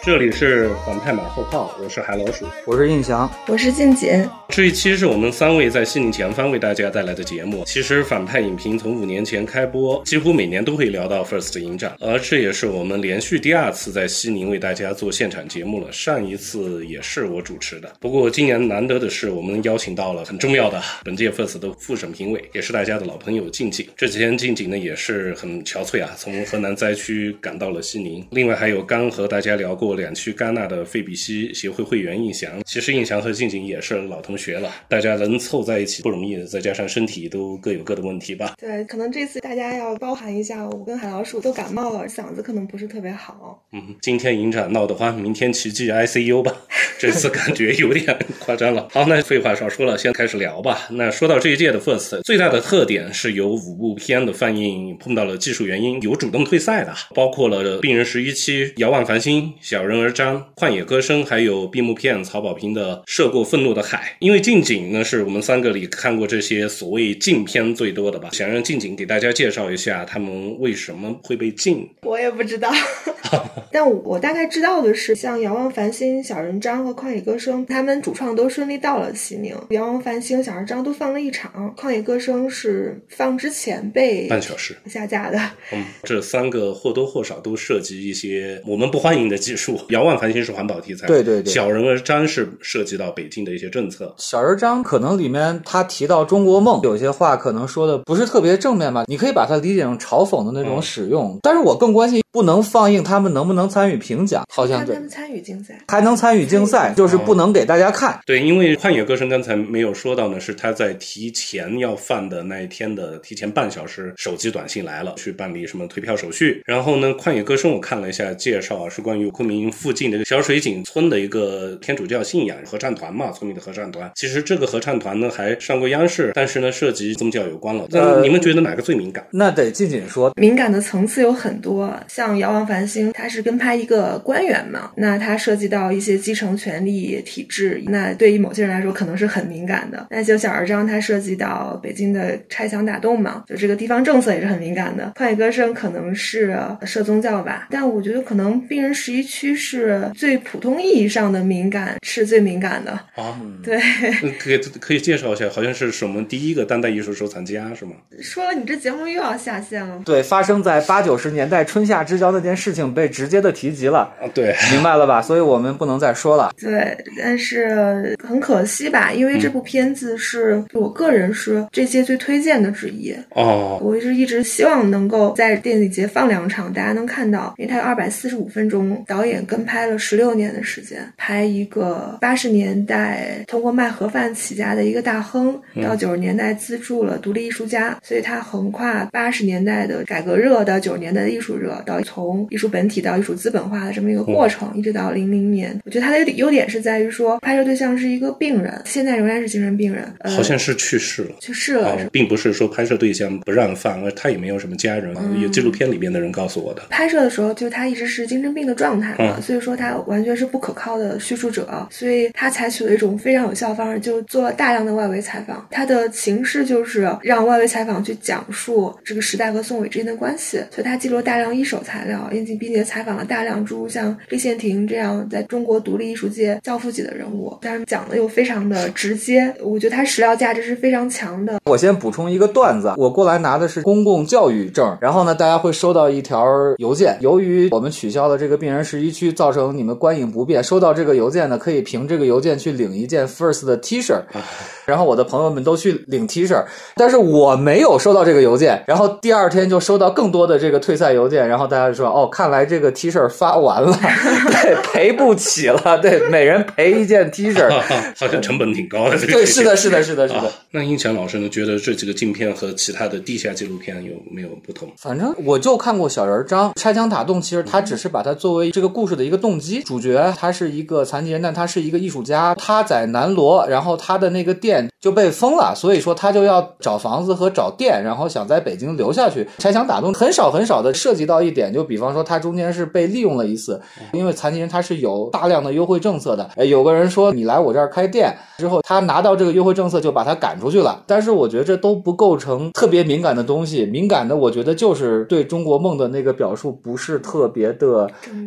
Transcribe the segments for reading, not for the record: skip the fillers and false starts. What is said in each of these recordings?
这里是反派马后炮，我是海老鼠， 我是印翔， 我是静姐。 这一期是我们3位在西宁前方为大家带来的节目。其实反派影评从5年前开播，几乎每年都会聊到 FIRST 影展，而这也是我们连续第2次在西宁为大家做现场节目了。上一次也是我主持的，不过今年难得的是我们邀请到了很重要的本届 FIRST 的复审评委，也是大家的老朋友静静。这几天静静呢也是很憔悴啊，从河南灾区赶到了西宁。另外还有刚和大家聊过2区戛纳的费比西协会会员印翔，其实印翔和静静也是老同学了，大家能凑在一起不容易，再加上身体都各有各的问题吧。 对，可能这次大家要包含一下，我跟海老鼠都感冒了，嗓子可能不是特别好。 今天影展闹的话，明天奇迹 ICU 吧，这次感觉有点夸张了。好，那废话少说了，先开始聊吧。那说到这一届的 FIRST， 最大的特点是有5部片的放映碰到了技术原因，有主动退赛的，包括了病人11期、遥望繁星、小人儿张、旷野歌声，还有闭幕片曹保平的涉过愤怒的海。因为静景呢是我们3个里看过这些所谓禁片最多的吧，想让静景给大家介绍一下他们为什么会被禁。 我也不知道但我大概知道的是，像遥望繁星、小人张和旷野歌声，他们主创都顺利到了西宁。遥望繁星、小人张都放了一场，旷野歌声是放之前被半小时下架的。 这3个或多或少都涉及一些我们不欢迎的技术。遥望繁星是环保题材， 对对对。 小人儿张是涉及到北京的一些政策。 小人张可能里面他提到中国梦，有些话可能说的不是特别正面吧，你可以把它理解成嘲讽的那种使用。但是我更关心不能放映他们能不能参与评奖，好像对他们参与竞赛， 还能参与竞赛，就是不能给大家看。 对，因为旷野歌声刚才没有说到呢，是他在提前要放的那一天的提前半小时手机短信来了，去办理什么退票手续。然后呢，旷野歌声我看了一下介绍啊，是关于昆明附近的小水井村的一个天主教信仰合唱团嘛，村里的合唱团。其实这个合唱团呢还上过央视，但是呢涉及宗教有关了。那你们觉得哪个最敏感？ 那得静静说。 敏感的层次有很多，像遥望繁星它是跟拍一个官员嘛，那它涉及到一些继承权利体制，那对于某些人来说可能是很敏感的。那就小人张它涉及到北京的拆墙打洞嘛，就这个地方政策也是很敏感的。旷野歌声可能是涉宗教吧，但我觉得可能病人11区是最普通意义上的敏感，是最敏感的啊。 对， 可以介绍一下，好像是我们第一个当代艺术收藏家是吗？ 说了你这节目又要下线了。 对，发生在80、90年代春夏之交那件事情被直接的提及了。 对， 明白了吧？所以我们不能再说了。 对，但是很可惜吧，因为这部片子是我个人是这届最推荐的之一。我是一直希望能够在电影节放2场，大家能看到，因为它有245分钟，导演跟拍了16年的时间，拍一个80年代通过卖盒饭起家的一个大亨，到90年代资助了独立艺术家，所以它横跨80年代的改革热到90年代的艺术热，到从艺术本体到艺术资本化的这么一个过程，一直到00年。我觉得它的优点是在于说，拍摄对象是一个病人，现在仍然是精神病人， 好像是去世了，并不是说拍摄对象不让放，而他也没有什么家人，有纪录片里面的人告诉我的。 拍摄的时候就他一直是精神病的状态嘛，所以说他完全是不可靠的叙述者，所以他采取了一种非常有效的方式，就做了大量的外围采访。他的形式就是让外围采访去讲述这个时代和宋伟之间的关系，所以他记录了大量一手材料，并且采访了大量诸如像李献廷这样在中国独立艺术界教父级的人物，但是讲的又非常的直接，我觉得他史料价值是非常强的。 我先补充一个段子，我过来拿的是公共教育证，然后呢大家会收到一条邮件，由于我们取消了这个病人11区，造成你们观影不便，收到这个邮件呢可以凭这个邮件去领一件 FIRST 的 T 恤，然后我的朋友们都去领 T 恤，但是我没有收到这个邮件，然后第2天就收到更多的这个退赛邮件，然后大家就说看来这个 T 恤发完了对，赔不起了，对，每人赔一件 T 恤好像成本挺高的。 对，是的。 那印翔老师呢，觉得这几个禁片和其他的地下纪录片有没有不同？ 反正我就看过小人张拆墙打洞，其实他只是把它作为这个故事的一个动机，主角他是一个残疾人，但他是一个艺术家，他在南锣，然后他的那个店就被封了，所以说他就要找房子和找店，然后想在北京留下去。拆墙打洞很少的涉及到一点，就比方说他中间是被利用了一次，因为残疾人他是有大量的优惠政策的，有个人说你来我这儿开店之后，他拿到这个优惠政策就把他赶出去了，但是我觉得这都不构成特别敏感的东西，敏感的我觉得就是对中国梦的那个表述不是特别的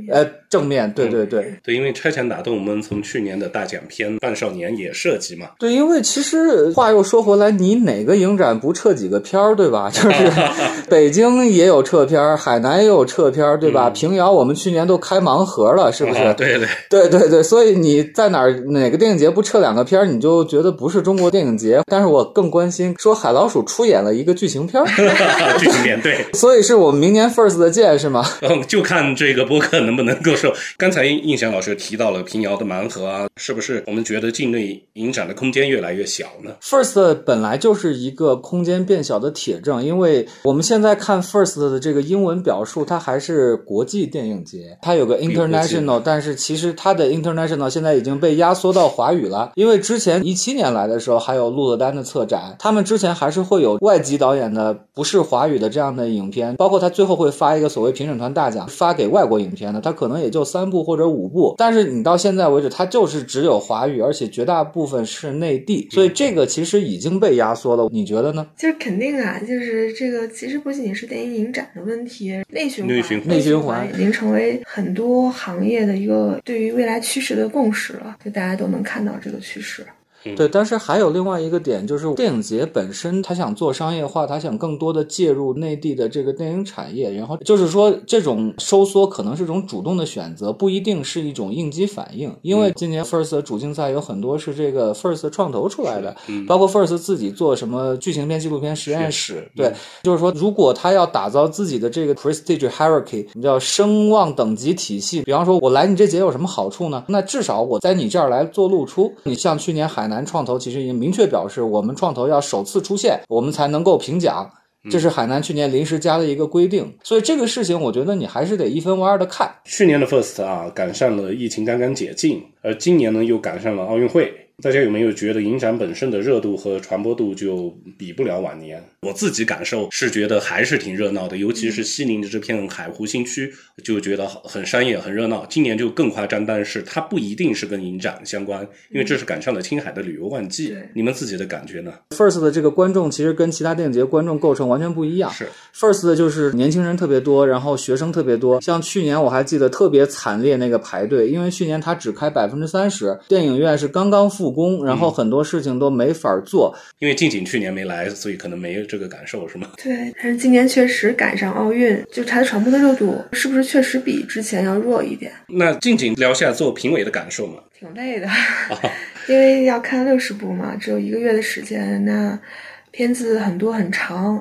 正面，对对对、 对，因为拆墙打洞我们从去年的大奖片《半少年》也涉及嘛。 对，因为其实话又说回来，你哪个影展不撤几个片儿，对吧？就是北京也有撤片，海南也有撤片，对吧？平遥我们去年都开盲盒了，是不是？ 对对对对对，所以你在哪个电影节不撤2个片，你就觉得不是中国电影节。但是我更关心说海老鼠出演了一个剧情片剧情片，对， 所以是我们明年 First 的见是吗？ 就看这个播客能不能够受。刚才印象老师提到了平遥的盲盒啊，是不是我们觉得境内影展的空间越来越小呢？ First 本来就是一个空间变小的铁证，因为我们现在看 First 的这个英文表述，它还是国际电影节，它有个 International， 但是其实它的 International 现在已经被压缩到华语了，因为之前17年来的时候还有鹿特丹的策展，他们之前还是会有外籍导演的不是华语的这样的影片，包括他最后会发一个所谓评审团大奖，发给外国影片的，他可能也就3部或者5部，但是你到现在为止它就是只有华语，而且绝大部分是内地，所以这个其实已经被压缩了，你觉得呢？ 就是肯定啊，就是这个其实不仅仅是电影影展的问题，内循环已经成为很多行业的一个对于未来趋势的共识了，就大家都能看到这个趋势。 对，但是还有另外一个点，就是电影节本身它想做商业化，它想更多的介入内地的这个电影产业，然后就是说这种收缩可能是一种主动的选择，不一定是一种应激反应，因为今年 First 的主竞赛有很多是这个 First 创投出来的，包括 First 自己做什么剧情片纪录片实验室，对，就是说如果他要打造自己的这个 prestige hierarchy， 你叫声望等级体系，比方说我来你这节有什么好处呢？那至少我在你这儿来做露出，你像去年海南创投其实已经明确表示，我们创投要首次出现，我们才能够评奖，这是海南去年临时加的一个规定，所以这个事情我觉得你还是得一分为二的看。 去年的 First 啊，赶上了疫情刚刚解禁，而今年呢又赶上了奥运会。大家有没有觉得影展本身的热度和传播度就比不了往年？我自己感受是觉得还是挺热闹的，尤其是西宁的这片海湖新区，就觉得很商业很热闹。今年就更夸张，但是它不一定是跟影展相关，因为这是赶上了青海的旅游旺季。你们自己的感觉呢？ First 的这个观众其实跟其他电影节观众构成完全不一样。 是 First 的就是年轻人特别多，然后学生特别多，像去年我还记得特别惨烈那个排队，因为去年它只开 30%， 电影院是刚刚复工，然后很多事情都没法做。 因为静静去年没来，所以可能没有这个感受，是吗？ 对，但是今年确实赶上奥运，就它的传播的热度是不是确实比之前要弱一点？ 那静静聊下做评委的感受嘛？ 挺累的，因为要看60部嘛，只有1个月的时间，那片子很多很长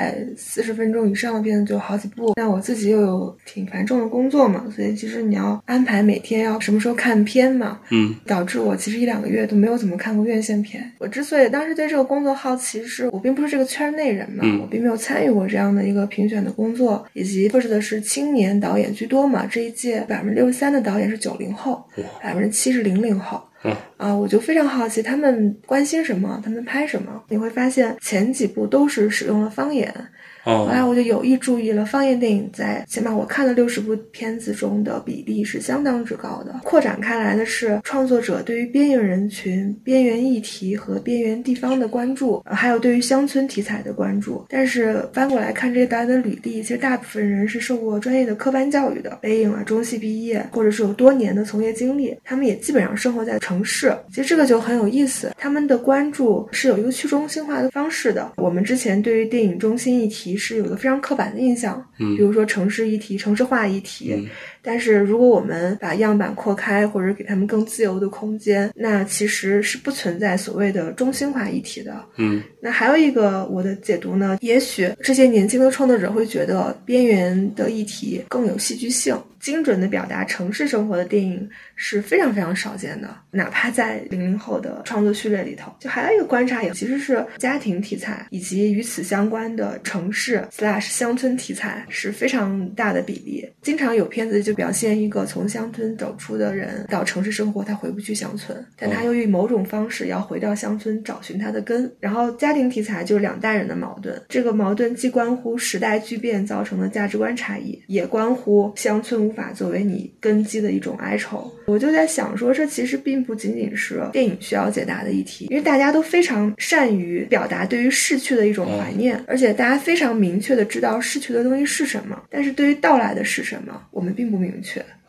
，240分钟以上的片子就好几部。那我自己又有挺繁重的工作嘛，所以其实你要安排每天要什么时候看片嘛，导致我其实1-2个月都没有怎么看过院线片。我之所以当时对这个工作好奇，是我并不是这个圈内人嘛，我并没有参与过这样的一个评选的工作，以及或者的是青年导演居多嘛，这一届63%的导演是90后，7%是00后。我就非常好奇他们关心什么，他们拍什么。你会发现前几部都是使用了方言，后来我就有意注意了，方言电影在起码我看了60部片子中的比例是相当之高的。扩展开来的是创作者对于边缘人群、边缘议题和边缘地方的关注，还有对于乡村题材的关注。但是翻过来看这些导演的履历，其实大部分人是受过专业的科班教育的，北影中戏毕业，或者是有多年的从业经历，他们也基本上生活在城市。其实这个就很有意思，他们的关注是有一个去中心化的方式的。我们之前对于电影中心议题是有一个非常刻板的印象，比如说城市议题、城市化议题，但是如果我们把样板扩开，或者给他们更自由的空间，那其实是不存在所谓的中心化议题的。那还有一个我的解读呢，也许这些年轻的创作者会觉得边缘的议题更有戏剧性，精准的表达城市生活的电影是非常非常少见的，哪怕在00后的创作序列里头。就还有一个观察，也其实是家庭题材以及与此相关的城市/乡村题材是非常大的比例。经常有片子就表现一个从乡村走出的人到城市生活，他回不去乡村，但他又以某种方式要回到乡村找寻他的根。然后家庭题材就是2代人的矛盾，这个矛盾既关乎时代巨变造成的价值观差异，也关乎乡村无法作为你根基的一种哀愁。我就在想说，这其实并不仅仅是电影需要解答的议题，因为大家都非常善于表达对于逝去的一种怀念，而且大家非常明确的知道逝去的东西是什么，但是对于到来的是什么我们并不明确。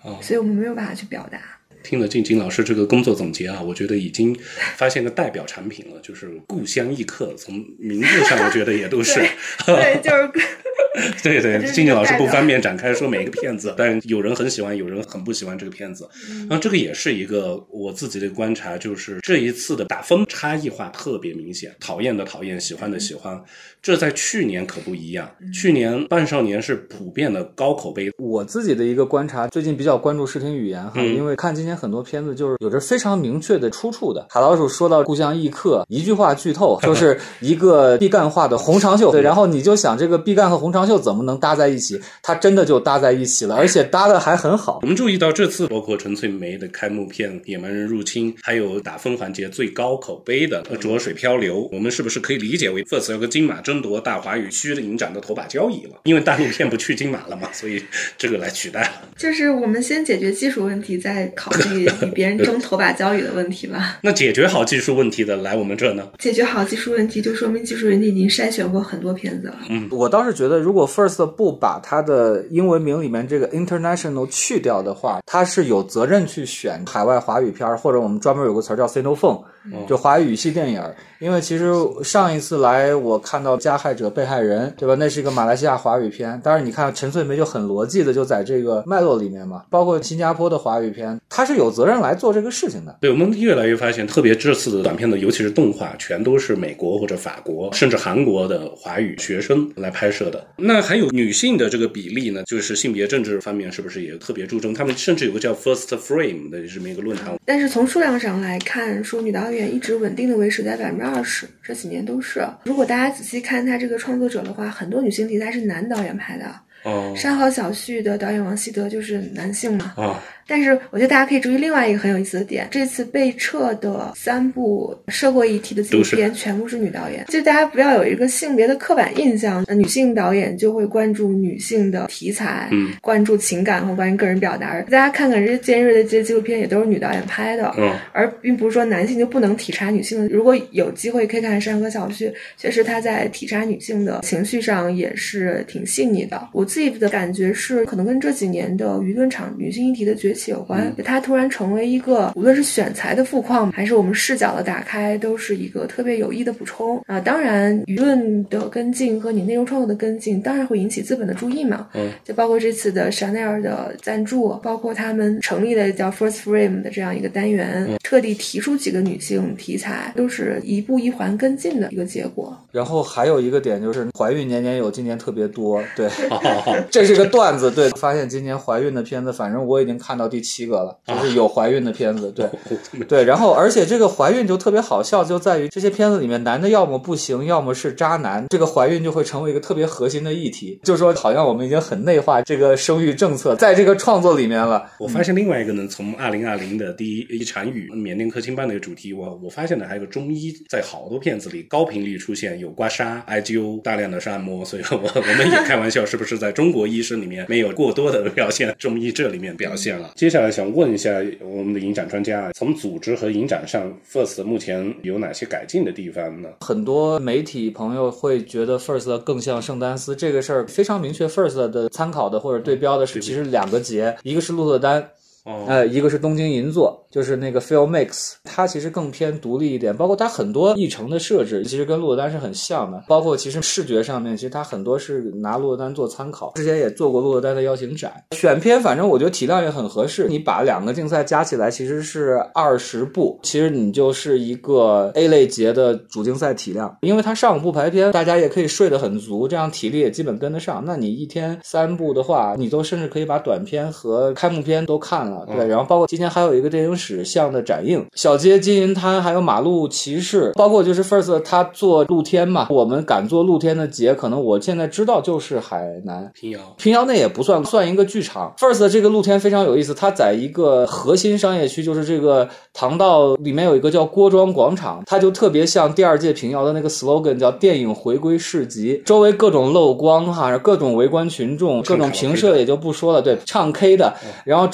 所以我们没有办法去表达。 听了静静老师这个工作总结啊，我觉得已经发现个代表产品了，就是故乡异客，从名字上我觉得也都是对，就是对对，静静老师不方便展开说每一个片子，但有人很喜欢，有人很不喜欢这个片子。这个也是一个我自己的观察，就是这一次的打分差异化特别明显，讨厌的讨厌，喜欢的喜欢。这在去年可不一样，去年半少年是普遍的高口碑。 我自己的一个观察，最近比较关注视听语言哈，因为看今年很多片子就是有着非常明确的出处的。海老鼠说到故乡异客，一句话剧透，就是一个毕赣话的红长袖，对，然后你就想这个毕赣和红长袖怎么能搭在一起？它真的就搭在一起了，而且搭的还很好。 我们注意到这次包括陈翠梅的开幕片《野蛮人入侵》，还有打分环节最高口碑的《浊水漂流》，我们是不是可以理解为 FIRST 要跟金马争夺大华语区的影展的头把交椅了？因为大陆片不去金马了嘛，所以这个来取代了。 就是我们先解决技术问题，再考虑与别人争头把交椅的问题吧。 那解决好技术问题的来我们这呢？ 解决好技术问题，就说明技术人家已经筛选过很多片子了。 我倒是觉得，如果 FIRST 不把它的英文名里面这个 international 去掉的话，它是有责任去选海外华语片，或者我们专门有个词叫 Sinophone，就华语语系电影。因为其实上一次来我看到加害者被害人，对吧？那是一个马来西亚华语片，当然你看陈翠梅就很逻辑的就在这个脉络里面嘛，包括新加坡的华语片，它是有责任来做这个事情的。 对，我们越来越发现，特别这次的短片的尤其是动画全都是美国或者法国甚至韩国的华语学生来拍摄的。那还有女性的这个比例呢，就是性别政治方面是不是也特别注重？他们甚至有个叫 First Frame 的这么一个论坛。 但是从数量上来看，说女导演一直稳定的维持在20%，这几年都是。如果大家仔细看他这个创作者的话，很多女性题材是男导演拍的。山河小旭的导演王希德就是男性嘛。但是我觉得大家可以注意另外一个很有意思的点，这次被撤的3部社会议题的纪录片全部是女导演，就大家不要有一个性别的刻板印象，女性导演就会关注女性的题材，关注情感或关于个人表达。大家看看这些尖锐的这些纪录片也都是女导演拍的，而并不是说男性就不能体察女性的。如果有机会可以看山河小旭，确实他在体察女性的情绪上也是挺细腻的。我自己的感觉是可能跟这几年的舆论场女性议题的崛起有关，它突然成为一个无论是选材的富矿还是我们视角的打开，都是一个特别有益的补充啊。当然舆论的跟进和你内容创作的跟进当然会引起资本的注意嘛，就包括这次的香奈儿的赞助，包括他们成立的叫 First Frame 的这样一个单元，特地提出几个女性题材，都是一步一环跟进的一个结果。 然后还有一个点就是怀孕年年有，今年特别多，对这是个段子，对，发现今年怀孕的片子反正我已经看到第7个了，就是有怀孕的片子，对对。然后而且这个怀孕就特别好笑，就在于这些片子里面男的要么不行，要么是渣男，这个怀孕就会成为一个特别核心的议题，就是说好像我们已经很内化这个生育政策在这个创作里面了。 我发现另外一个呢，从2020的第一产语缅甸科青班的主题，我发现的还有个中医在好多片子里高频率出现，有刮痧、艾灸，大量的是按摩，所以我们也开玩笑是不是在中国医生里面没有过多的表现，中医这里面表现了。接下来想问一下我们的影展专家，从组织和影展上 FIRST 目前有哪些改进的地方呢？ 很多媒体朋友会觉得 FIRST 更像圣丹斯，这个事儿非常明确。 FIRST 的参考的或者对标的是其实2个节，一个是鹿特丹，一个是东京银座，就是那个 Filmix， 它其实更偏独立一点，包括它很多议程的设置其实跟鹿特丹是很像的，包括其实视觉上面其实它很多是拿鹿特丹做参考，之前也做过鹿特丹的邀请展。选片反正我觉得体量也很合适，你把2个竞赛加起来其实是20部，其实你就是一个 A 类节的主竞赛体量，因为它上午不排片，大家也可以睡得很足，这样体力也基本跟得上。那你一天3部的话，你都甚至可以把短片和开幕片都看了，对。然后包括今天还有一个电影史像的展映，小街金银滩还有马路骑士，包括就是 FIRST 他做露天嘛，我们敢做露天的节可能我现在知道就是海南平遥那也不算一个剧场。 FIRST 这个露天非常有意思，它在一个核心商业区，就是这个唐道里面有一个叫郭庄广场，它就特别像第2届平遥的那个 slogan 叫电影回归市集，周围各种漏光各种围观群众，各种评社也就不说了，对，唱 K 的，然后周围所有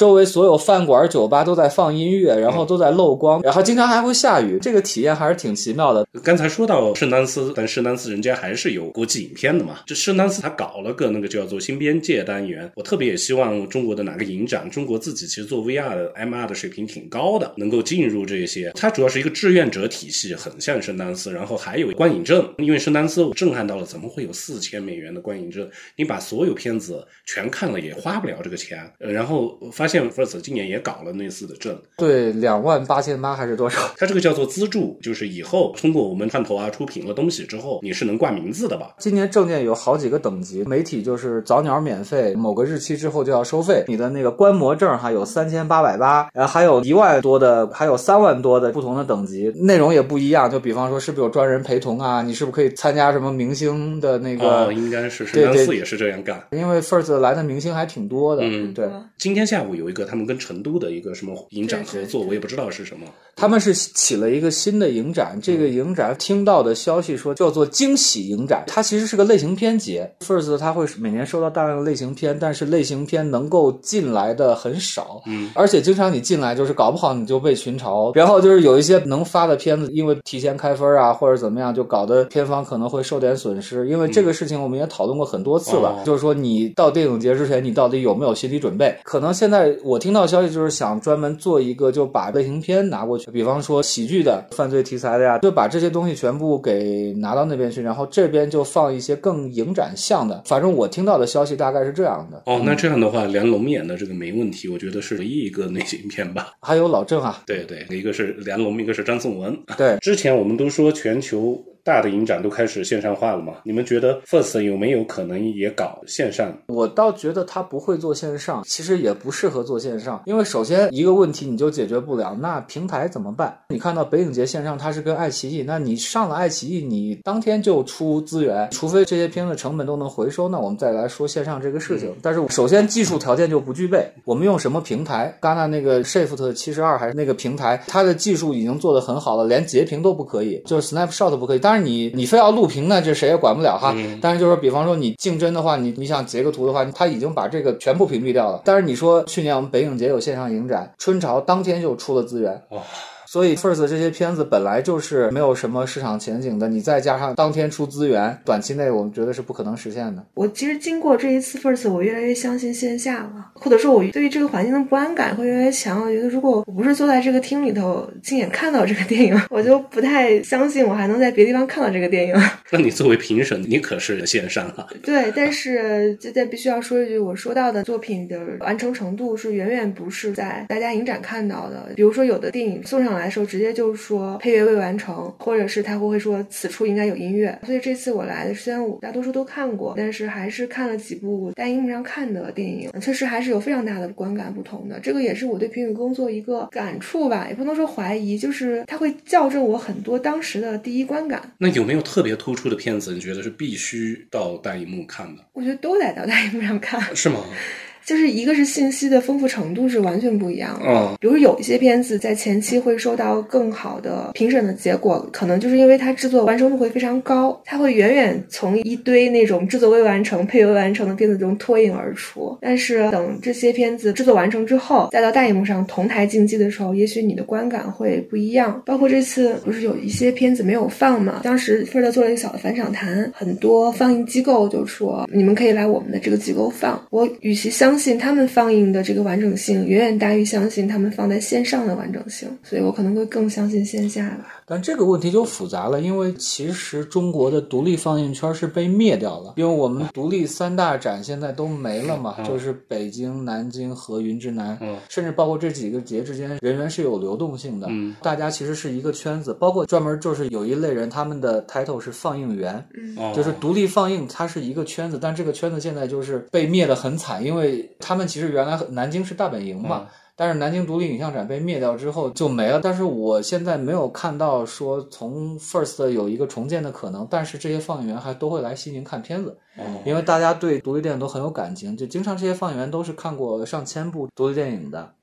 有饭馆酒吧都在放音乐，然后都在漏光，然后经常还会下雨，这个体验还是挺奇妙的。 刚才说到圣丹斯，但圣丹斯人家还是有国际影片的嘛，这圣丹斯他搞了个那个叫做新边界单元，我特别也希望中国的哪个影展，中国自己其实做 VR 的 MR 的水平挺高的，能够进入这些。它主要是一个志愿者体系，很像圣丹斯，然后还有观影证，因为圣丹斯我震撼到了，怎么会有$4000的观影证？你把所有片子全看了也花不了这个钱。然后发现 First 今年也搞了类似的证， 对，28800还是多少？ 它这个叫做资助，就是以后通过我们串头啊出品了东西之后，你是能挂名字的吧？ 今年证件有好几个等级，媒体就是早鸟免费，某个日期之后就要收费。你的那个观摩证还有3880，然后还有1万多的，还有3万多的不同的等级，内容也不一样。就比方说是不是有专人陪同啊？你是不是可以参加什么明星的那个？ 应该是圣丹斯也是这样干， 因为 First 来的明星还挺多的。对。 今天下午有一个他们跟成都的一个什么影展合作，我也不知道是什么。 他们是起了一个新的影展，这个影展听到的消息说叫做惊喜影展，它其实是个类型片节。First 它会每年收到大量的类型片，但是类型片能够进来的很少，而且经常你进来就是搞不好你就被群嘲，然后就是有一些能发的片子因为提前开分啊或者怎么样，就搞得片方可能会受点损失。因为这个事情我们也讨论过很多次了，就是说你到电影节之前你到底有没有心理准备。可能现在我听到消息就是想专门做一个就把类型片拿过去，比方说喜剧的、犯罪题材的呀，就把这些东西全部给拿到那边去，然后这边就放一些更影展向的。反正我听到的消息大概是这样的。 那这样的话梁龙演的这个没问题，我觉得是唯一一个类型片吧。 还有老郑啊， 对，一个是梁龙，一个是张颂文。 对， 之前我们都说全球大的影展都开始线上化了嘛，你们觉得 First 有没有可能也搞线上？ 我倒觉得他不会做线上，其实也不适合做线上，因为首先一个问题你就解决不了，那平台怎么办？你看到北影节线上它是跟爱奇艺，那你上了爱奇艺你当天就出资源，除非这些片子成本都能回收，那我们再来说线上这个事情。但是首先技术条件就不具备，我们用什么平台？戛纳那个 Shift 72还是那个平台，它的技术已经做得很好了，连截屏都不可以，就是 Snapshot 不可以。当然你非要录屏呢，这谁也管不了哈。但是就是比方说你竞争的话，你想截个图的话，他已经把这个全部屏蔽掉了。但是你说去年我们北影节有线上影展，春潮当天就出了资源。所以 First 这些片子本来就是没有什么市场前景的，你再加上当天出资源，短期内我们觉得是不可能实现的。 我其实经过这一次 First 我越来越相信线下了，或者说我对于这个环境的不安感会越来越强。我觉得如果我不是坐在这个厅里头亲眼看到这个电影，我就不太相信我还能在别的地方看到这个电影。 那你作为评审你可是线上啊。 对，但是这必须要说一句，我说到的作品的完成程度是远远不是在大家影展看到的。比如说有的电影送上来的时候直接就说配乐未完成，或者是他会说此处应该有音乐。所以这次我来的虽然我大多数都看过，但是还是看了几部大荧幕上看的电影，确实还是有非常大的观感不同的。这个也是我对评委工作一个感触吧，也不能说怀疑，就是它会校正我很多当时的第一观感。 那有没有特别突出的片子你觉得是必须到大荧幕看的？ 我觉得都得到大荧幕上看。 是吗？ 就是一个是信息的丰富程度是完全不一样的。比如有一些片子在前期会收到更好的评审的结果，可能就是因为它制作完成度会非常高，它会远远从一堆那种制作未完成配乐未完成的片子中脱颖而出。但是等这些片子制作完成之后，再到大荧幕上同台竞技的时候，也许你的观感会不一样。包括这次不是有一些片子没有放嘛，当时菲尔做了一个小的返场谈，很多放映机构就说你们可以来我们的这个机构放。我与其相信他们放映的这个完整性远远大于相信他们放在线上的完整性，所以我可能会更相信线下吧。 但这个问题就复杂了，因为其实中国的独立放映圈是被灭掉了，因为我们独立3大展现在都没了嘛，就是北京、南京和云之南，甚至包括这几个节之间人员是有流动性的，大家其实是一个圈子，包括专门就是有一类人，他们的 title 是放映员，就是独立放映它是一个圈子，但这个圈子现在就是被灭得很惨，因为他们其实原来南京是大本营嘛，但是南京独立影像展被灭掉之后就没了。但是我现在没有看到说从 First 有一个重建的可能，但是这些放映员还都会来西宁看片子，因为大家对独立电影都很有感情，就经常这些放映员都是看过上千部独立电影的。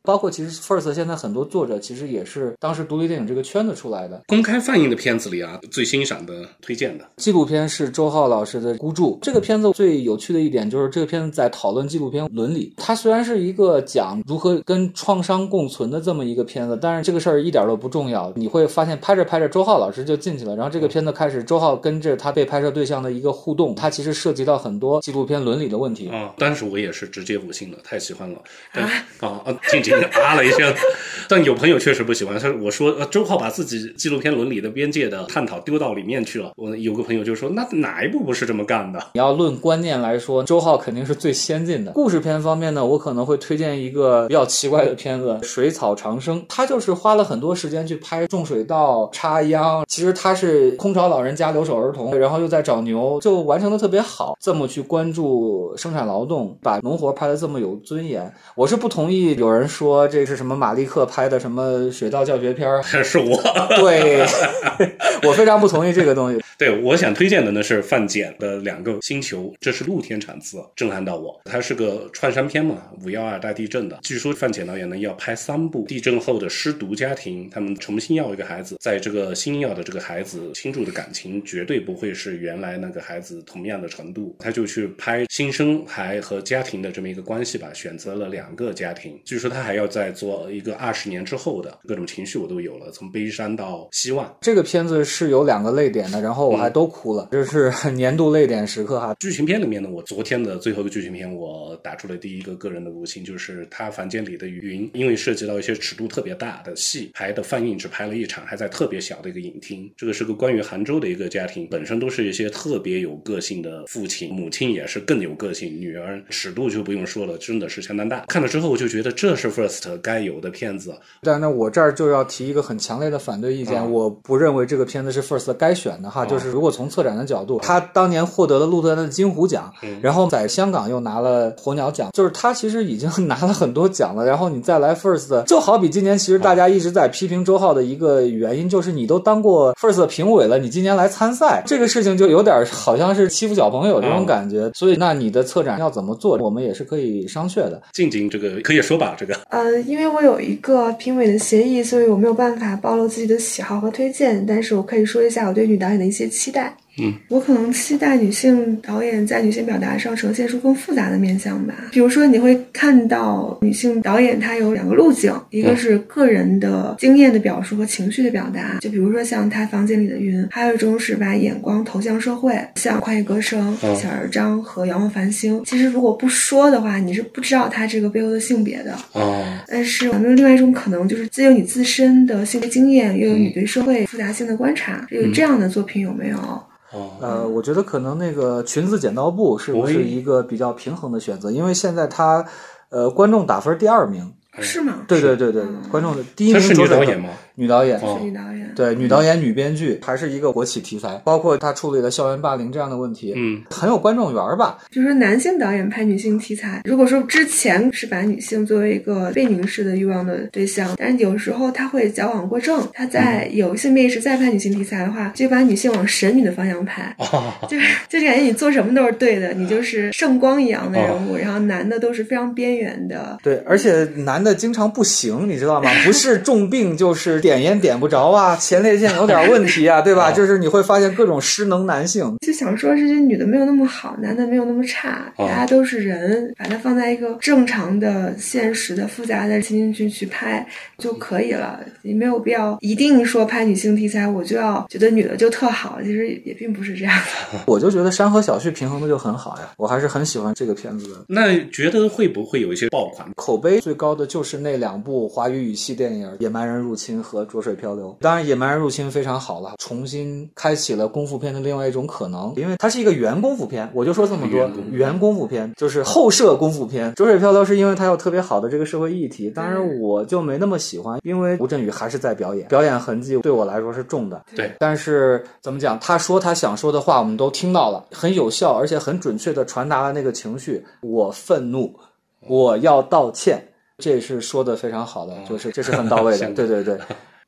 包括其实 First 现在很多作者其实也是当时独立电影这个圈子出来的。 公开放映的片子里啊，最欣赏的推荐的纪录片是周浩老师的《孤注》。这个片子最有趣的一点就是这个片子在讨论纪录片伦理。它虽然是一个讲如何跟创伤共存的这么一个片子，但是这个事儿一点都不重要。你会发现拍着拍着周浩老师就进去了，然后这个片子开始周浩跟着他被拍摄对象的一个互动，它其实涉及到很多纪录片伦理的问题啊。当时我也是直接5星了，太喜欢了。静静啊了一声。但有朋友确实不喜欢，我说周浩把自己纪录片伦理的边界的探讨丢到里面去了。我有个朋友就说，那哪一部不是这么干的？ 你要论观念来说，周浩肯定是最先进的。故事片方面呢，我可能会推荐一个比较奇怪的片子《水草长生》，他就是花了很多时间去拍种水稻、插秧，其实他是空巢老人加留守儿童，然后又在找牛，就完成的特别好。这么去关注生产劳动，把农活拍得这么有尊严，我是不同意有人说这是什么马利克拍的什么水稻教学片是我对我非常不同意这个东西。 对，我想推荐的呢是范简的《2个星球》，这是露天产自，震撼到我。它是个串山片嘛，5.12大地震的。据说范简导演呢要拍3部地震后的失独家庭，他们重新要一个孩子，在这个新要的这个孩子倾注的感情绝对不会是原来那个孩子同样的程度，他就去拍新生孩和家庭的这么一个关系吧，选择了2个家庭。据说他还要再做一个20年之后的，各种情绪我都有了，从悲伤到希望。 这个片子是有2个泪点的，然后我还都哭了，这是年度泪点时刻哈。 剧情片里面呢，我昨天的最后一个剧情片我打出了第一个个人的5星，就是他房间里的云，因为涉及到一些尺度特别大的戏，拍的放映只拍了1场，还在特别小的一个影厅。这个是个关于杭州的一个家庭，本身都是一些特别有个性的父亲，母亲也是更有个性，女儿尺度就不用说了，真的是相当大。看了之后我就觉得这是 First 该有的片子。 但那我这儿就要提一个很强烈的反对意见，我不认为这个片子是 First 该选的哈。就是如果从策展的角度，他当年获得了鹿特丹的金虎奖，然后在香港又拿了火鸟奖，就是他其实已经拿了很多奖了，然后你再来 First， 就好比今年其实大家一直在批评周浩的一个原因，就是你都当过 First 的评委了，你今年来参赛，这个事情就有点好像是欺负小朋友这种感觉。所以那你的策展要怎么做，我们也是可以商榷的。 静静这个可以说吧，这个因为我有一个评委的协议，所以我没有办法暴露自己的喜好和推荐，但是我可以说一下我对女导演的一些期待。我可能期待女性导演在女性表达上呈现出更复杂的面向吧。比如说你会看到女性导演她有2个路径，一个是个人的经验的表述和情绪的表达，就比如说像她房间里的云，还有一种是把眼光投向社会，像宽野歌生、小而张和仰望繁星。其实如果不说的话，你是不知道她这个背后的性别的。但是咱们另外一种可能就是既有你自身的性别经验，又有你对社会复杂性的观察，有这样的作品有没有？ 我觉得可能那个裙子剪刀布是不是一个比较平衡的选择，因为现在他观众打分第2名。 是吗？ 对，观众的第1名。 这是女导演吗？ 女导演， 是女导演。 对，女导演、女编剧，还是一个国企题材，包括她处理了校园霸凌这样的问题，很有观众缘吧。 就是说男性导演拍女性题材，如果说之前是把女性作为一个被凝视的欲望的对象，但是有时候他会矫枉过正，他在有性别意识再拍女性题材的话，就把女性往神女的方向拍，就是感觉你做什么都是对的，你就是圣光一样的人物，然后男的都是非常边缘的。 对，而且男的经常不行，你知道吗？不是重病就是点烟点不着啊，前列腺有点问题啊，对吧？就是你会发现各种失能男性。 就想说这些女的没有那么好，男的没有那么差，大家都是人，把它放在一个正常的、现实的、复杂的情境去拍就可以了，你没有必要一定说拍女性题材我就要觉得女的就特好，其实也并不是这样的。 我就觉得山河小旭平衡的就很好呀，我还是很喜欢这个片子的。 那觉得会不会有一些爆款？ 口碑最高的就是那2部华语语系电影《野蛮人入侵》和《浊水漂流》。当然《野蛮人入侵》非常好了，重新开启了功夫片的另外一种可能，因为它是一个原功夫片，我就说这么多，原功夫片就是后设功夫片。《浊水漂流》是因为它有特别好的这个社会议题，当然我就没那么喜欢，因为吴镇宇还是在表演，表演痕迹对我来说是重的。 对， 但是怎么讲，他说他想说的话我们都听到了，很有效而且很准确地传达了那个情绪，我愤怒，我要道歉，这是说的非常好的，就是这是很到位的。对对对。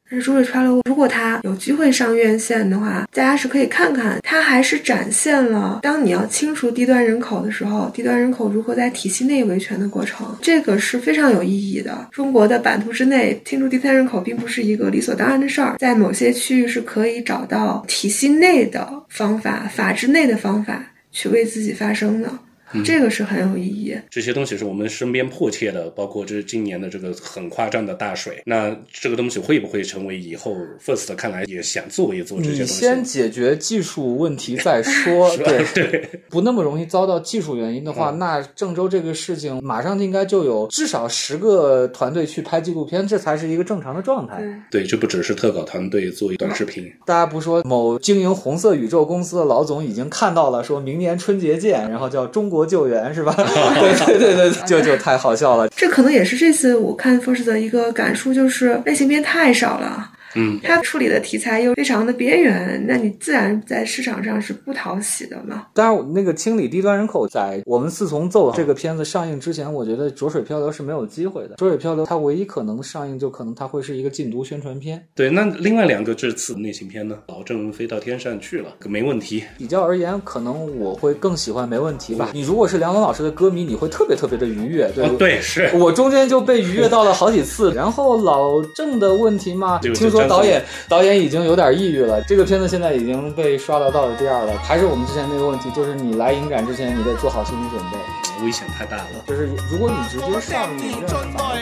但是逐水川流如果它有机会上院线的话，大家是可以看看，它还是展现了当你要清除低端人口的时候，低端人口如何在体系内维权的过程，这个是非常有意义的。中国的版图之内清除低端人口并不是一个理所当然的事儿，在某些区域是可以找到体系内的方法，法制内的方法去为自己发声的。这个是很有意义， 这些东西是我们身边迫切的，包括这今年的这个很夸张的大水，那这个东西会不会成为以后 First 看来也想做这些东西？ 你先解决技术问题再说对， 不那么容易遭到技术原因的话，那郑州这个事情马上应该就有至少10个团队去拍纪录片，这才是一个正常的状态。 对，这不只是特稿团队做一短视频， 大家不说某经营红色宇宙公司的老总已经看到了，说明年春节见，然后叫中国救援是吧？对，就太好笑了。 这可能也是这次我看 First 的一个感触，就是类型片太少了。它处理的题材又非常的边缘，那你自然在市场上是不讨喜的嘛。 当然那个清理低端人口在我们四重奏这个片子上映之前，我觉得浊水漂流是没有机会的。浊水漂流它唯一可能上映就可能它会是一个禁毒宣传片。 对，那另外2个这次类型片呢，老郑飞到天上去了，没问题。 比较而言可能我会更喜欢没问题吧。你如果是梁龙老师的歌迷，你会特别特别的愉悦。 对，是我中间就被愉悦到了好几次。然后老郑的问题嘛，听说导演已经有点抑郁了，这个片子现在已经被刷到道的第2了。还是我们之前那个问题，就是你来影展之前你得做好心理准备， 危险太大了。 就是如果你直接上影院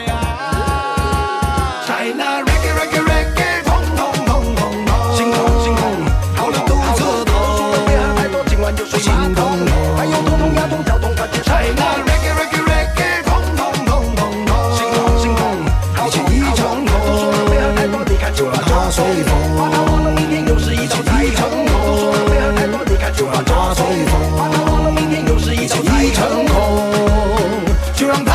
China reggae reggae reggae 痛痛痛痛痛心痛心痛好了肚子痛北海太多今晚就睡心痛还有痛痛牙痛脚痛感觉 China reggae reggae reggae 痛痛痛痛痛心痛心痛一起一场空北海太多离开就怕抓随风怕他忘了明天又是一场再成功北海太多离开就怕抓随风怕他忘了明天又是一场再成功就让